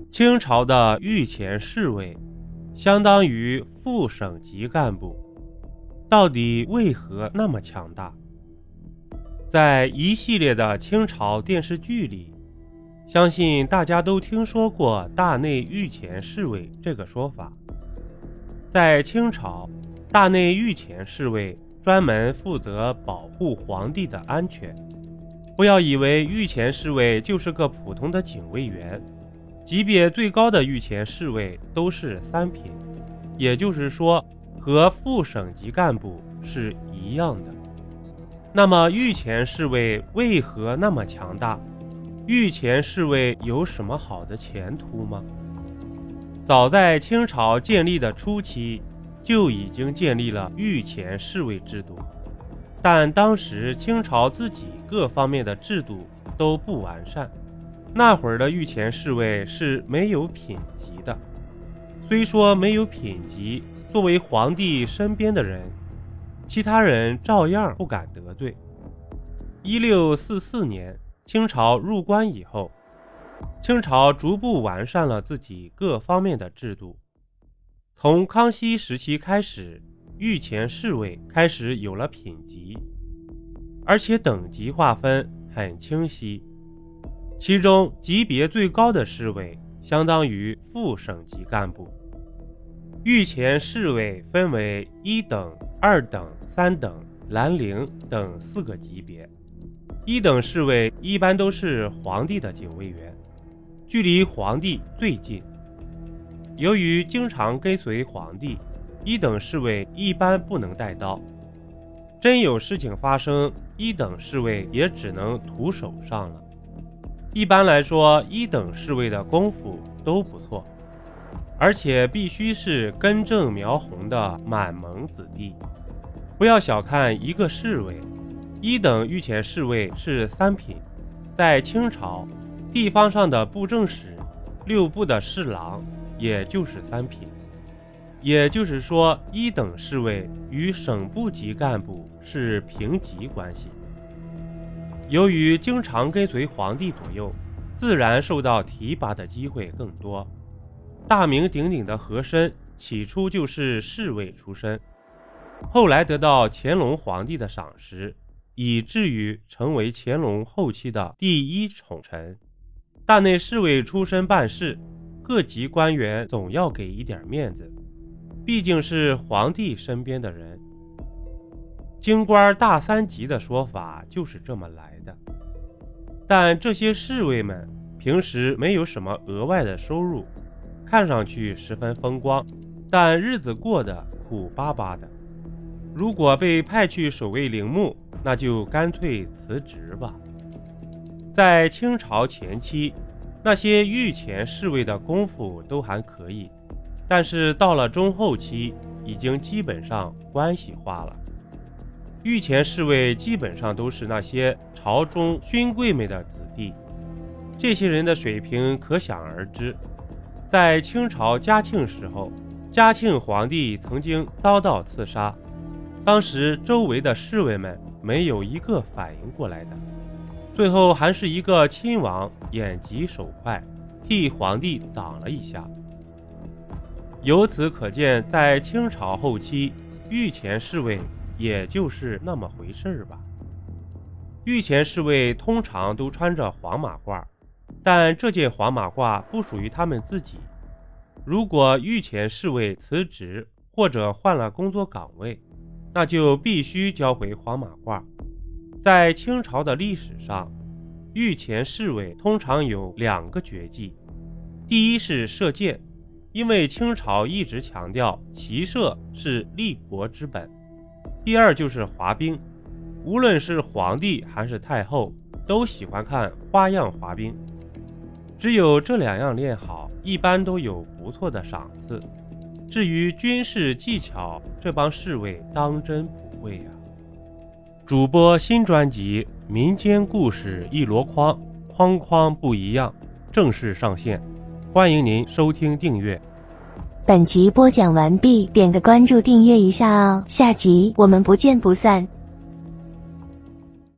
清朝的御前侍卫相当于副省级干部，到底为何那么强大？在一系列的清朝电视剧里，相信大家都听说过大内御前侍卫这个说法。在清朝，大内御前侍卫专门负责保护皇帝的安全。不要以为御前侍卫就是个普通的警卫员，级别最高的御前侍卫都是三品，也就是说和副省级干部是一样的。那么御前侍卫为何那么强大？御前侍卫有什么好的前途吗？早在清朝建立的初期，就已经建立了御前侍卫制度，但当时清朝自己各方面的制度都不完善，那会儿的御前侍卫是没有品级的。虽说没有品级，作为皇帝身边的人，其他人照样不敢得罪。1644年清朝入关以后，清朝逐步完善了自己各方面的制度。从康熙时期开始，御前侍卫开始有了品级，而且等级划分很清晰。其中级别最高的侍卫相当于副省级干部。御前侍卫分为1等、2等、3等、兰陵等4个级别。1等侍卫一般都是皇帝的警卫员，距离皇帝最近。由于经常跟随皇帝，1等侍卫一般不能带刀，真有事情发生，1等侍卫也只能徒手上了。一般来说，1等侍卫的功夫都不错，而且必须是根正苗红的满蒙子弟。不要小看一个侍卫，1等御前侍卫是3品，在清朝地方上的布政使、6部的侍郎也就是3品。也就是说，1等侍卫与省部级干部是平级关系。由于经常跟随皇帝左右，自然受到提拔的机会更多。大名鼎鼎的和珅起初就是侍卫出身，后来得到乾隆皇帝的赏识，以至于成为乾隆后期的第一宠臣。大内侍卫出身办事，各级官员总要给一点面子，毕竟是皇帝身边的人。京官大3级的说法就是这么来的。但这些侍卫们平时没有什么额外的收入，看上去十分风光，但日子过得苦巴巴的。如果被派去守卫陵墓，那就干脆辞职吧。在清朝前期，那些御前侍卫的功夫都还可以，但是到了中后期，已经基本上关系化了。御前侍卫基本上都是那些朝中勋贵们的子弟，这些人的水平可想而知。在清朝嘉庆时候，嘉庆皇帝曾经遭到刺杀，当时周围的侍卫们没有一个反应过来的，最后还是一个亲王眼疾手快，替皇帝挡了一下。由此可见，在清朝后期，御前侍卫也就是那么回事吧。御前侍卫通常都穿着黄马褂，但这件黄马褂不属于他们自己。如果御前侍卫辞职或者换了工作岗位，那就必须交回黄马褂。在清朝的历史上，御前侍卫通常有2个绝技。第一是射箭，因为清朝一直强调骑射是立国之本。第二就是滑冰，无论是皇帝还是太后都喜欢看花样滑冰。只有这2样练好，一般都有不错的赏赐。至于军事技巧，这帮侍卫当真不会啊。主播新专辑《民间故事一箩筐》，筐筐不一样，正式上线，欢迎您收听订阅。 本集播讲完毕，点个关注订阅一下哦，下集我们不见不散。